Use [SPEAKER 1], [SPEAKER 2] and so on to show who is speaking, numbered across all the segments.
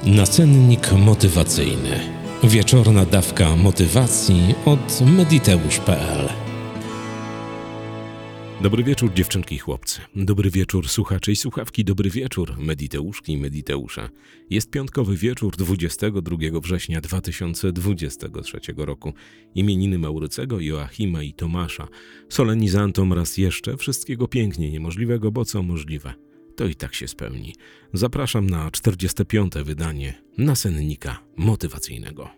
[SPEAKER 1] Nacennik motywacyjny. Wieczorna dawka motywacji od mediteusz.pl. Dobry wieczór, dziewczynki i chłopcy. Dobry wieczór, słuchacze i słuchawki. Dobry wieczór, mediteuszki i mediteusze. Jest piątkowy wieczór 22 września 2023 roku. Imieniny Maurycego, Joachima i Tomasza. Solenizantom raz jeszcze wszystkiego pięknie niemożliwego, bo co możliwe, to i tak się spełni. Zapraszam na 45. wydanie nacennika motywacyjnego.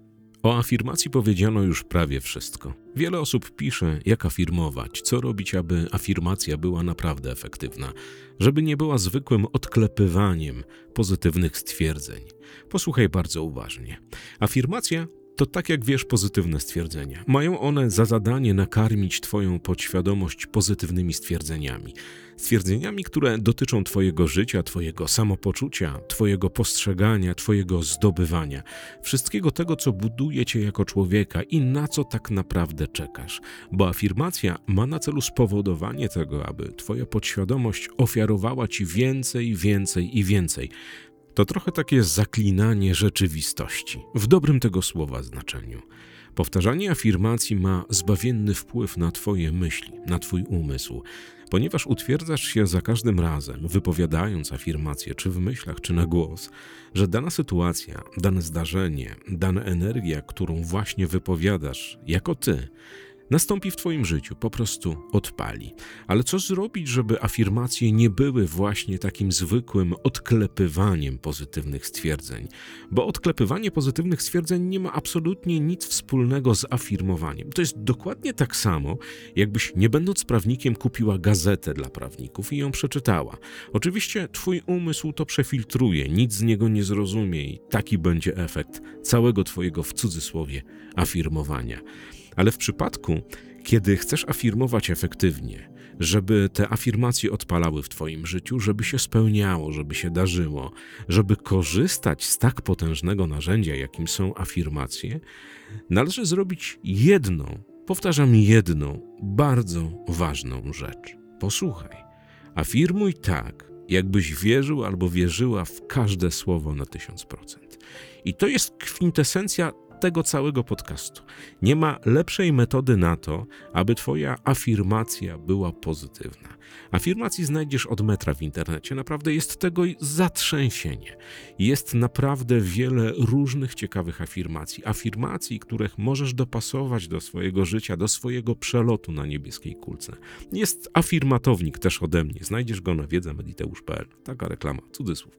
[SPEAKER 1] O afirmacji powiedziano już prawie wszystko. Wiele osób pisze, jak afirmować, co robić, aby afirmacja była naprawdę efektywna, żeby nie była zwykłym odklepywaniem pozytywnych stwierdzeń. Posłuchaj bardzo uważnie. Afirmacja to tak jak wiesz pozytywne stwierdzenia. Mają one za zadanie nakarmić twoją podświadomość pozytywnymi stwierdzeniami. Stwierdzeniami, które dotyczą twojego życia, twojego samopoczucia, twojego postrzegania, twojego zdobywania. Wszystkiego tego, co buduje cię jako człowieka i na co tak naprawdę czekasz. Bo afirmacja ma na celu spowodowanie tego, aby twoja podświadomość ofiarowała ci więcej, więcej i więcej. To trochę takie zaklinanie rzeczywistości, w dobrym tego słowa znaczeniu. Powtarzanie afirmacji ma zbawienny wpływ na twoje myśli, na twój umysł, ponieważ utwierdzasz się za każdym razem, wypowiadając afirmację, czy w myślach, czy na głos, że dana sytuacja, dane zdarzenie, dana energia, którą właśnie wypowiadasz jako ty, nastąpi w twoim życiu, po prostu odpali. Ale co zrobić, żeby afirmacje nie były właśnie takim zwykłym odklepywaniem pozytywnych stwierdzeń? Bo odklepywanie pozytywnych stwierdzeń nie ma absolutnie nic wspólnego z afirmowaniem. To jest dokładnie tak samo, jakbyś nie będąc prawnikiem kupiła gazetę dla prawników i ją przeczytała. Oczywiście twój umysł to przefiltruje, nic z niego nie zrozumie i taki będzie efekt całego twojego, w cudzysłowie, afirmowania. Ale w przypadku, kiedy chcesz afirmować efektywnie, żeby te afirmacje odpalały w twoim życiu, żeby się spełniało, żeby się darzyło, żeby korzystać z tak potężnego narzędzia, jakim są afirmacje, należy zrobić jedną, powtarzam jedną, bardzo ważną rzecz. Posłuchaj, afirmuj tak, jakbyś wierzył albo wierzyła w każde słowo na 1000%. I to jest kwintesencja tego całego podcastu. Nie ma lepszej metody na to, aby twoja afirmacja była pozytywna. Afirmacji znajdziesz od metra w internecie. Naprawdę jest tego zatrzęsienie. Jest naprawdę wiele różnych ciekawych afirmacji. Afirmacji, których możesz dopasować do swojego życia, do swojego przelotu na niebieskiej kulce. Jest afirmatownik też ode mnie. Znajdziesz go na mediteusz.pl. Taka reklama, cudzysłów.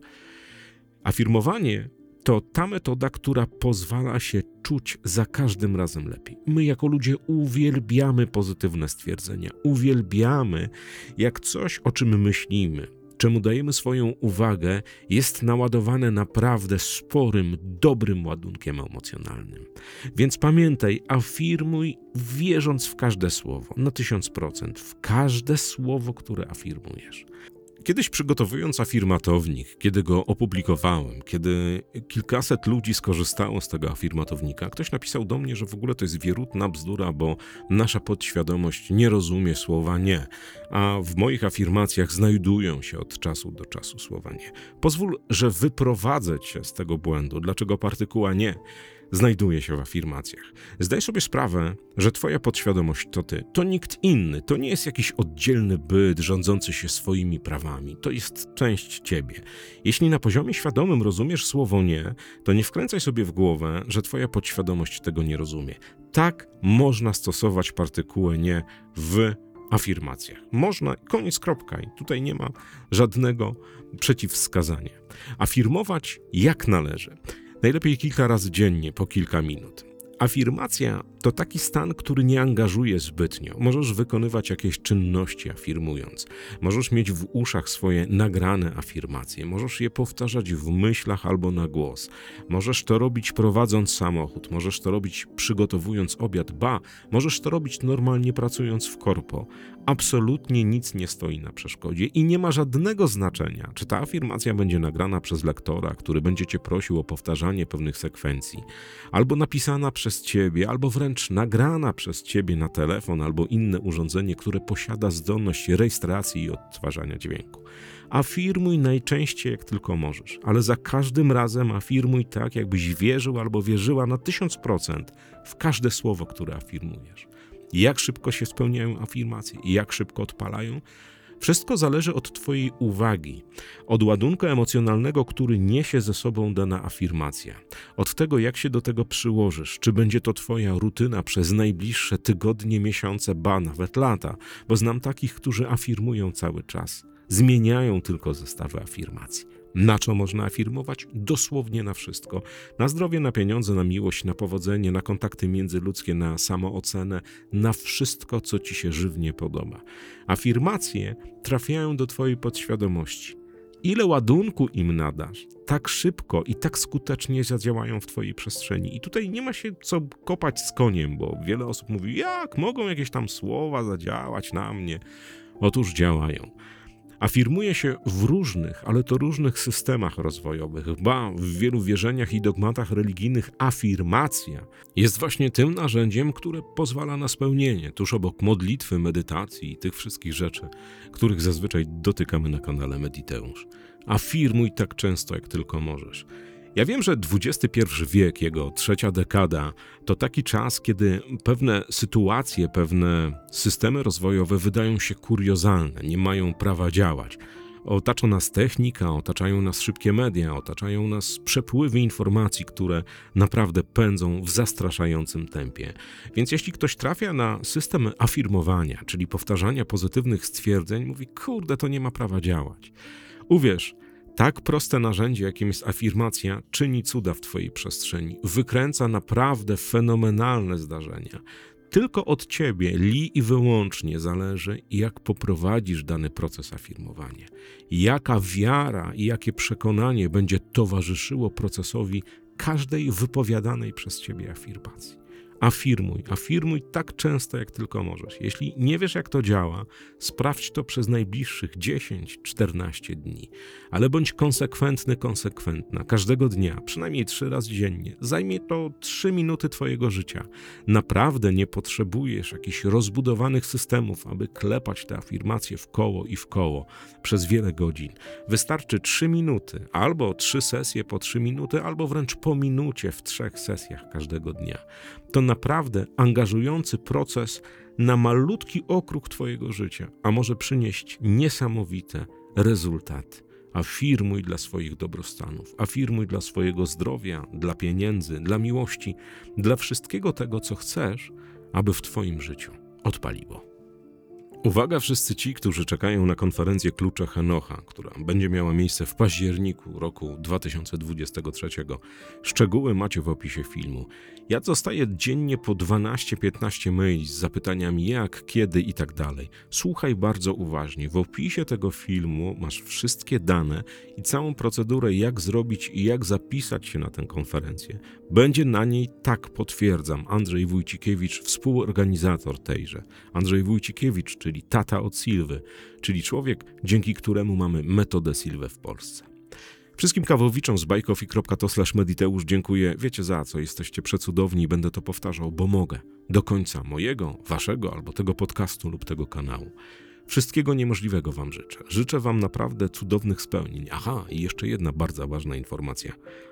[SPEAKER 1] Afirmowanie to ta metoda, która pozwala się czuć za każdym razem lepiej. My jako ludzie uwielbiamy pozytywne stwierdzenia. Uwielbiamy, jak coś, o czym myślimy, czemu dajemy swoją uwagę, jest naładowane naprawdę sporym, dobrym ładunkiem emocjonalnym. Więc pamiętaj, afirmuj, wierząc w każde słowo, na 1000%, w każde słowo, które afirmujesz. Kiedyś przygotowując afirmatownik, kiedy go opublikowałem, kiedy kilkaset ludzi skorzystało z tego afirmatownika, ktoś napisał do mnie, że w ogóle to jest wierutna bzdura, bo nasza podświadomość nie rozumie słowa nie, a w moich afirmacjach znajdują się od czasu do czasu słowa nie. Pozwól, że wyprowadzę cię z tego błędu. Dlaczego partykuła nie znajduje się w afirmacjach? Zdaj sobie sprawę, że twoja podświadomość to ty, to nikt inny, to nie jest jakiś oddzielny byt rządzący się swoimi prawami, to jest część ciebie. Jeśli na poziomie świadomym rozumiesz słowo nie, to nie wkręcaj sobie w głowę, że twoja podświadomość tego nie rozumie. Tak można stosować partykułę nie w afirmacjach. Można, koniec, kropka. I tutaj nie ma żadnego przeciwwskazania. Afirmować jak należy. Najlepiej kilka razy dziennie, po kilka minut. Afirmacja to taki stan, który nie angażuje zbytnio. Możesz wykonywać jakieś czynności afirmując. Możesz mieć w uszach swoje nagrane afirmacje. Możesz je powtarzać w myślach albo na głos. Możesz to robić prowadząc samochód. Możesz to robić przygotowując obiad. Możesz to robić normalnie pracując w korpo. Absolutnie nic nie stoi na przeszkodzie i nie ma żadnego znaczenia, czy ta afirmacja będzie nagrana przez lektora, który będzie cię prosił o powtarzanie pewnych sekwencji, albo napisana przez ciebie, albo wręcz nagrana przez ciebie na telefon albo inne urządzenie, które posiada zdolność rejestracji i odtwarzania dźwięku. Afirmuj najczęściej jak tylko możesz, ale za każdym razem afirmuj tak, jakbyś wierzył albo wierzyła na 1000% w każde słowo, które afirmujesz. Jak szybko się spełniają afirmacje i jak szybko odpalają? Wszystko zależy od twojej uwagi, od ładunku emocjonalnego, który niesie ze sobą dana afirmacja, od tego, jak się do tego przyłożysz, czy będzie to twoja rutyna przez najbliższe tygodnie, miesiące, ba nawet lata, bo znam takich, którzy afirmują cały czas, zmieniają tylko zestawy afirmacji. Na co można afirmować? Dosłownie na wszystko. Na zdrowie, na pieniądze, na miłość, na powodzenie, na kontakty międzyludzkie, na samoocenę, na wszystko, co ci się żywnie podoba. Afirmacje trafiają do twojej podświadomości. Ile ładunku im nadasz, tak szybko i tak skutecznie zadziałają w twojej przestrzeni. I tutaj nie ma się co kopać z koniem, bo wiele osób mówi, jak mogą jakieś tam słowa zadziałać na mnie? Otóż działają. Afirmuje się w różnych, ale to różnych systemach rozwojowych, ba, w wielu wierzeniach i dogmatach religijnych afirmacja jest właśnie tym narzędziem, które pozwala na spełnienie, tuż obok modlitwy, medytacji i tych wszystkich rzeczy, których zazwyczaj dotykamy na kanale Mediteusz. Afirmuj tak często, jak tylko możesz. Ja wiem, że XXI wiek, jego trzecia dekada, to taki czas, kiedy pewne sytuacje, pewne systemy rozwojowe wydają się kuriozalne, nie mają prawa działać. Otacza nas technika, otaczają nas szybkie media, otaczają nas przepływy informacji, które naprawdę pędzą w zastraszającym tempie. Więc jeśli ktoś trafia na system afirmowania, czyli powtarzania pozytywnych stwierdzeń, mówi, kurde, to nie ma prawa działać. Uwierz, tak proste narzędzie, jakim jest afirmacja, czyni cuda w twojej przestrzeni. Wykręca naprawdę fenomenalne zdarzenia. Tylko od ciebie li i wyłącznie zależy, jak poprowadzisz dany proces afirmowania. Jaka wiara i jakie przekonanie będzie towarzyszyło procesowi każdej wypowiadanej przez ciebie afirmacji. Afirmuj tak często, jak tylko możesz. Jeśli nie wiesz, jak to działa, sprawdź to przez najbliższych 10-14 dni. Ale bądź konsekwentna, każdego dnia, przynajmniej 3 razy dziennie. Zajmie to 3 minuty twojego życia. Naprawdę nie potrzebujesz jakichś rozbudowanych systemów, aby klepać te afirmacje w koło przez wiele godzin. Wystarczy 3 minuty, albo 3 sesje po 3 minuty, albo wręcz po minucie w 3 sesjach każdego dnia. To naprawdę angażujący proces na malutki okrąg twojego życia, a może przynieść niesamowite rezultaty. Afirmuj dla swoich dobrostanów, afirmuj dla swojego zdrowia, dla pieniędzy, dla miłości, dla wszystkiego tego, co chcesz, aby w twoim życiu odpaliło. Uwaga wszyscy ci, którzy czekają na konferencję Klucze Henocha, która będzie miała miejsce w październiku roku 2023. Szczegóły macie w opisie filmu. Ja dostaję dziennie po 12-15 maili z zapytaniami jak, kiedy i tak dalej. Słuchaj bardzo uważnie. W opisie tego filmu masz wszystkie dane i całą procedurę, jak zrobić i jak zapisać się na tę konferencję. Będzie na niej, tak potwierdzam, Andrzej Wójcikiewicz, współorganizator tejże. Andrzej Wójcikiewicz, czyli tata od Silwy, czyli człowiek, dzięki któremu mamy metodę Silwę w Polsce. Wszystkim kawowiczom z bajkofi.to/mediteusz dziękuję. Wiecie za co, jesteście przecudowni i będę to powtarzał, bo mogę. Do końca mojego, waszego albo tego podcastu lub tego kanału. Wszystkiego niemożliwego wam życzę. Życzę wam naprawdę cudownych spełnień. Aha, i jeszcze jedna bardzo ważna informacja.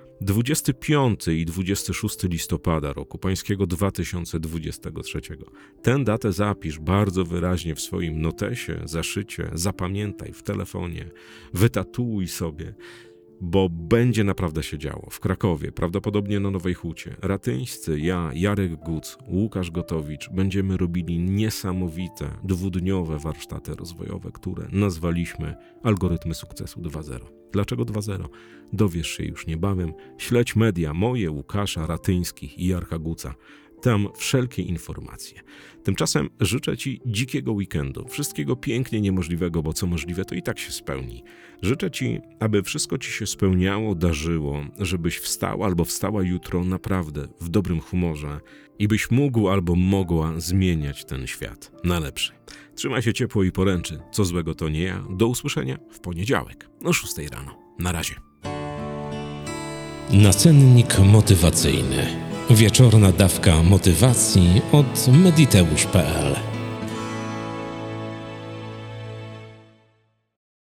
[SPEAKER 1] 25 i 26 listopada roku pańskiego 2023. Tę datę zapisz bardzo wyraźnie w swoim notesie, zaszycie, zapamiętaj w telefonie, wytatuuj sobie, bo będzie naprawdę się działo. W Krakowie, prawdopodobnie na Nowej Hucie, Ratyńscy, ja, Jarek Guc, Łukasz Gotowicz będziemy robili niesamowite, 2-dniowe warsztaty rozwojowe, które nazwaliśmy Algorytmy Sukcesu 2.0. Dlaczego 2.0? Dowiesz się już niebawem. Śledź media moje, Łukasza, Ratyńskich i Jarka Guca. Tam wszelkie informacje. Tymczasem życzę ci dzikiego weekendu, wszystkiego pięknie niemożliwego, bo co możliwe, to i tak się spełni. Życzę ci, aby wszystko ci się spełniało, darzyło, żebyś wstał albo wstała jutro naprawdę w dobrym humorze i byś mógł albo mogła zmieniać ten świat na lepszy. Trzymaj się ciepło i poręczy. Co złego to nie ja. Do usłyszenia w poniedziałek o 6 rano. Na razie.
[SPEAKER 2] Nacennik motywacyjny. Wieczorna dawka motywacji od mediteusz.pl